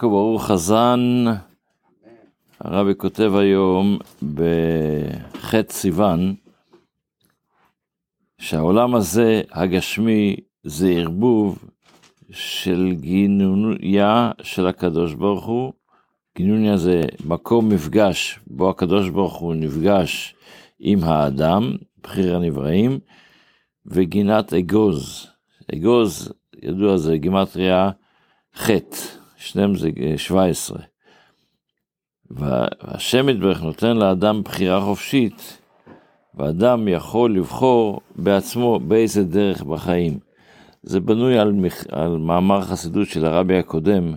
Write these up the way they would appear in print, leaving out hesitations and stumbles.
חזק וברוך חזן. הרבי כותב היום בחטא סיוון, שהעולם הזה, הגשמי, זה ערבוב של גינוניה של הקדוש ברוך הוא. גינוניה זה מקום מפגש, בו הקדוש ברוך הוא נפגש עם האדם, בחיר הנבראים, וגינת אגוז. אגוז, ידוע, זה גימטריה חטא, שניהם זה 17. והשם יתברך נותן לאדם בחירה חופשית, ואדם יכול לבחור בעצמו באיזה דרך בחיים. זה בנוי על מאמר חסידות של הרבי הקודם,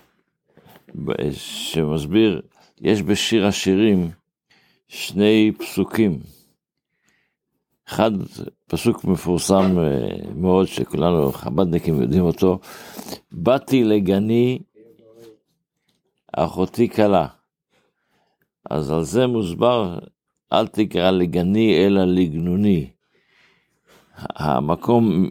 שמסביר, יש בשיר השירים שני פסוקים. אחד פסוק מפורסם מאוד, שכולנו חב"דניקים יודעים אותו, באתי לגני אחותי קלה. אז על זה מוסבר, אל תקרא לגני אלא לגנוני. המקום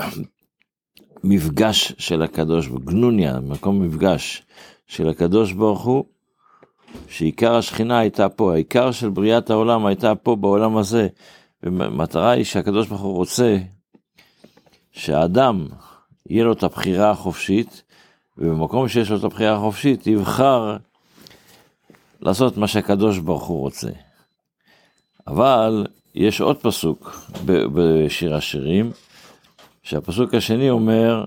מפגש של הקדוש ברוך הוא, גנוניה, מקום מפגש של הקדוש ברוך הוא, שעיקר השכינה הייתה פה, העיקר של בריאת העולם הייתה פה בעולם הזה, ומטרה היא שהקדוש ברוך הוא רוצה שהאדם יהיה לו את הבחירה החופשית, ובמקום שיש לו את הבחירה החופשית, יבחר לעשות מה שהקדוש ברוך הוא רוצה. אבל יש עוד פסוק בשיר השירים, שהפסוק השני אומר,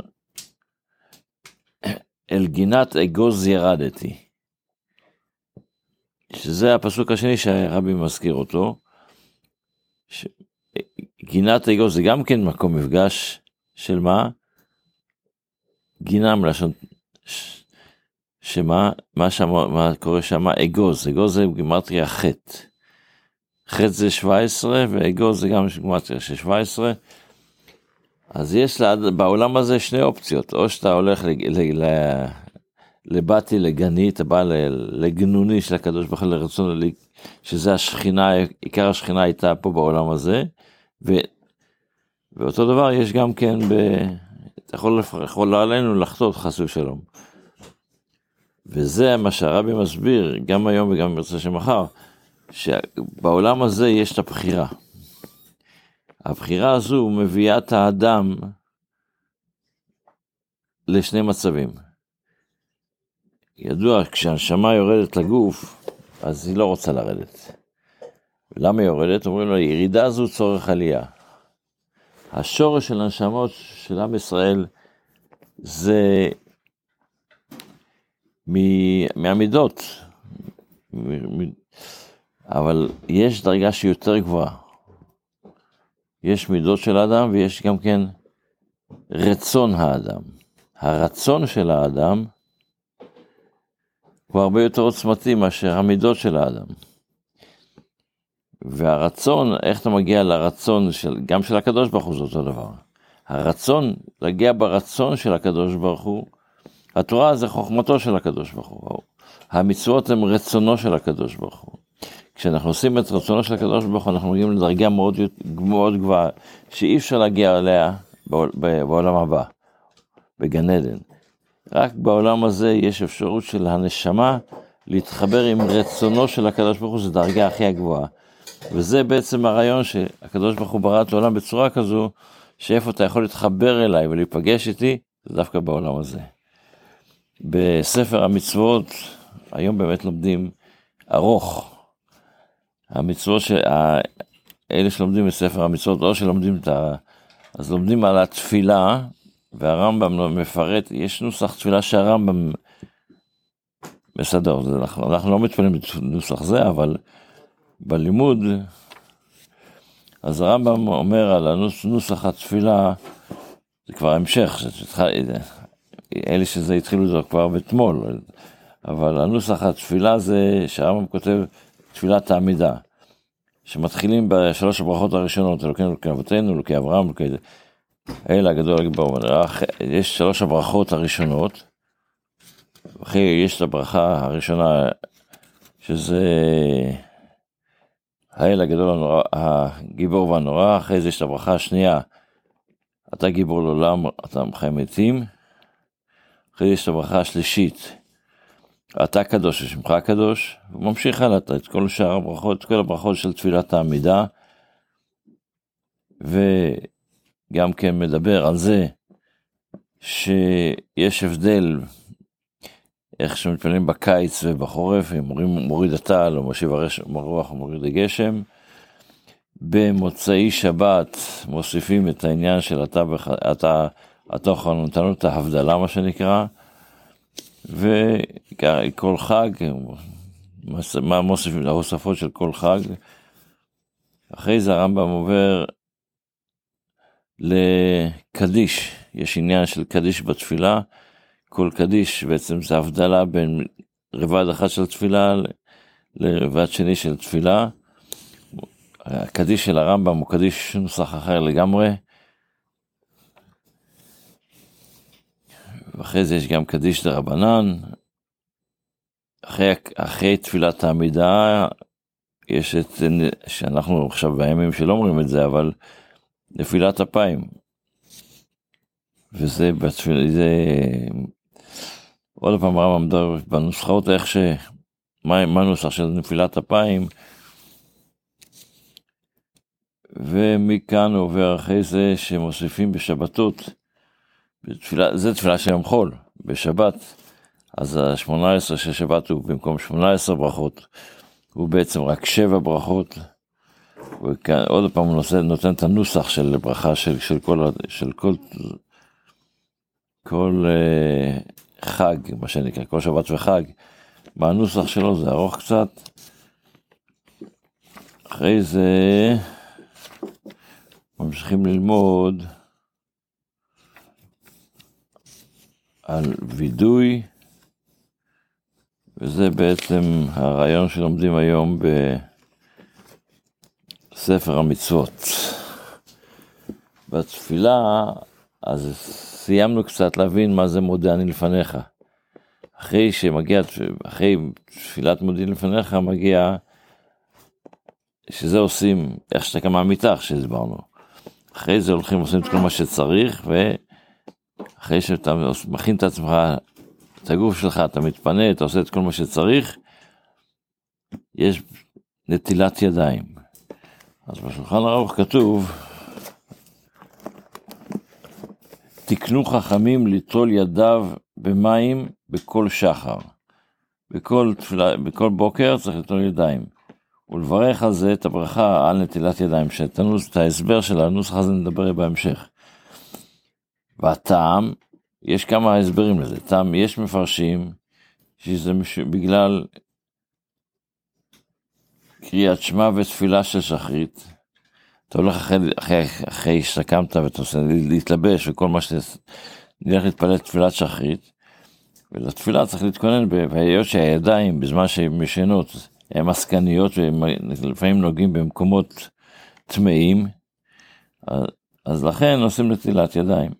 אל גינת אגוז ירדתי. שזה הפסוק השני שהרבי מזכיר אותו. גינת אגוז זה גם כן מקום מפגש של מה? גינה מלשון שמה? מה קורה שם? אגוז. אגוז זה גימטריה חטא. חטא זה 17 ואגוז זה גם גימטריה של 17. אז יש בעולם הזה שני אופציות, או שאתה הולך לבאתי לגני, אתה בא לגנוני של הקדוש ברוך הוא לרצון, שזה השכינה, עיקר השכינה הייתה פה בעולם הזה, ואותו דבר יש גם כן, אתה יכול עלינו לחטות חס ושלום. וזה מה שהרבי מסביר, גם היום וגם ברצה שמחר, שבעולם הזה יש את הבחירה. הבחירה הזו מביאה את האדם לשני מצבים. ידוע, כשהנשמה יורדת לגוף, אז היא לא רוצה לרדת. למה היא יורדת? אומרים לו, ירידה זו צורך עלייה. השורש של הנשמות של עם ישראל זה מהמידות. אבל יש דרגה שהיא יותר גבוהה. יש מידות של האדם ויש גם כן רצון האדם. הרצון של האדם הוא הרבה יותר עוצמתי מאשר המידות של האדם. והרצון, איך אתה מגיע לרצון גם של הקדוש ברוך הוא, זה אותו דבר. הרצון, להגיע ברצון של הקדוש ברוך הוא, התורה זה חוכמתו של הקדוש ברוך הוא. המצוות הם רצונו של הקדוש ברוך הוא. כשאנחנו עושים את רצונו של הקדוש ברוך הוא, אנחנו מגיעים לדרגה מאוד, מאוד גבוהה, שאי אפשר להגיע אליה בעולם הבא, בגן עדן. רק בעולם הזה יש אפשרות של הנשמה להתחבר עם רצונו של הקדוש ברוך הוא, זו דרגה הכי הגבוהה. וזה בעצם הרעיון שהקדוש ברוך הוא ברא את העולם בצורה כזו, שאיפה אתה יכול להתחבר אליי ולהיפגש איתי, זה דווקא בעולם הזה. בספר המצוות, היום באמת לומדים ארוך. המצוות, אלה שלומדים בספר המצוות, או שלומדים אז לומדים על התפילה, והרמב"ם מפרט, יש נוסח תפילה שהרמב"ם מסדר, אנחנו לא מתפללים בנוסח זה, אבל בלימוד, אז הרמב"ם אומר על נוסח התפילה, זה כבר המשך, אלה שזה התחילו זה כבר בתמול, אבל הנוסח התפילה זה שהרמב"ם כותב תפילת העמידה, שמתחילים בשלוש הברכות הראשונות, אלוקינו אלוקי אבותינו, אלוקי אברהם, אלוקי האל הגדול הגיבור, יש שלוש הברכות הראשונות, אחרי יש את הברכה הראשונה, שזה האל הגדול הנורא, הגיבור והנורא, אחרי זה יש את הברכה השנייה, אתה גיבור לעולם, אתה מחיה מתים, אחרי זה יש את הברכה השלישית, אתה קדוש ושמך קדוש, וממשיך הלאה את כל שאר הברכות, כל הברכות של תפילת העמידה, וגם כן מדבר על זה, שיש הבדל, איך שמתפללים בקיץ ובחורף, אם מוריד הטל, או משיב הרוח, או מוריד הגשם, במוצאי שבת מוסיפים את העניין של אתה נתנו את ההבדלה, מה שנקרא, וכל חג, מה מוסיפים להוספות של כל חג. אחרי זה הרמב"ם עובר לקדיש, יש עניין של קדיש בתפילה, כל קדיש בעצם זה הבדלה בין רבד אחד של תפילה לרבד שני של תפילה. הקדיש של הרמב"ם הוא קדיש נוסח אחר לגמרי, ואחרי זה יש גם קדיש דרבנן. אחרי תפילת העמידה יש את, שאנחנו עכשיו בימים שלא אומרים את זה, אבל נפילת אפיים, וזה בתפילה, זה עוד פעם הרמב"ם מדבר בנוסחאות איך מה הנוסח של נפילת אפיים, ומכאן עובר אחרי זה שמוסיפים בשבתות, זה תפילה של יום חול, בשבת, אז ה-18 של שבת הוא במקום 18 ברכות, הוא בעצם רק 7 ברכות, וכאן עוד פעם הוא נותן את הנוסח של ברכה של כל חג, מה שנקרא, כל שבת וחג, מה הנוסח שלו, זה ארוך קצת. אחרי זה ממשיכים ללמוד על וידוי, וזה בעצם הרעיון שלומדים היום בספר המצוות. בתפילה, אז סיימנו קצת להבין מה זה מודה אני לפניך. אחרי תפילת מודי לפניך מגיע, שזה עושים, איך שאתה קם מהמיטה, שהסברנו. אחרי זה הולכים עושים את כל מה שצריך, ואחרי שאתה מכין את עצמך, את הגוף שלך, אתה מתפנה, אתה עושה את כל מה שצריך, יש נטילת ידיים. אז בשולחן ערוך כתוב, תקנו חכמים ליטול ידיו במים בכל שחר. בכל בוקר צריך ליטול ידיים. ולברך על זה את הברכה על נטילת ידיים, שתנו את ההסבר של הנוסח הזה נדבר בהמשך. והטעם, יש כמה הסברים לזה. טעם, יש מפרשים שזה בגלל קריאת שמע ותפילה של שחרית. אתה הולך אחרי שהקמת ואתה עושה להתלבש וכל מה נלך להתפלל תפילת שחרית, ולתפילה צריך להתכונן בהיות שהידיים בזמן שהן ישנות הן עסקניות ולפעמים נוגעים במקומות טמאים, אז לכן עושים נטילת ידיים.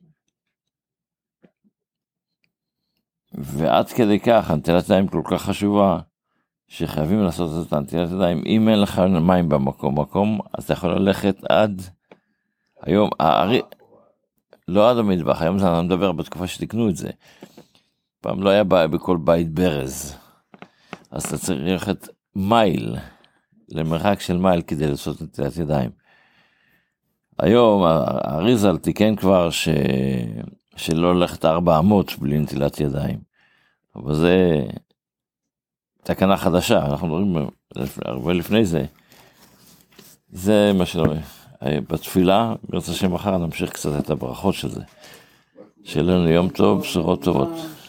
ועד כדי כך נטילת ידיים כל כך חשובה שחייבים לעשות את נטילת ידיים. אם אין לך מים במקום, אז אתה יכול ללכת עד היום, לא עד המטבח, היום אני מדבר בתקופה שתקנו את זה. פעם לא היה בכל בית ברז, אז אתה צריך ללכת מייל, למרחק של מייל כדי לעשות נטילת ידיים. היום האריזל תיקן כבר שלא ללכת 400 בלי נטילת ידיים, אבל זה תקנה חדשה, אנחנו מדברים הרבה לפני זה. זה מה שלא, בתפילה, ברצה שמחר נמשיך קצת את הברכות של זה. שיהיה לנו יום טוב, בשורות טובות.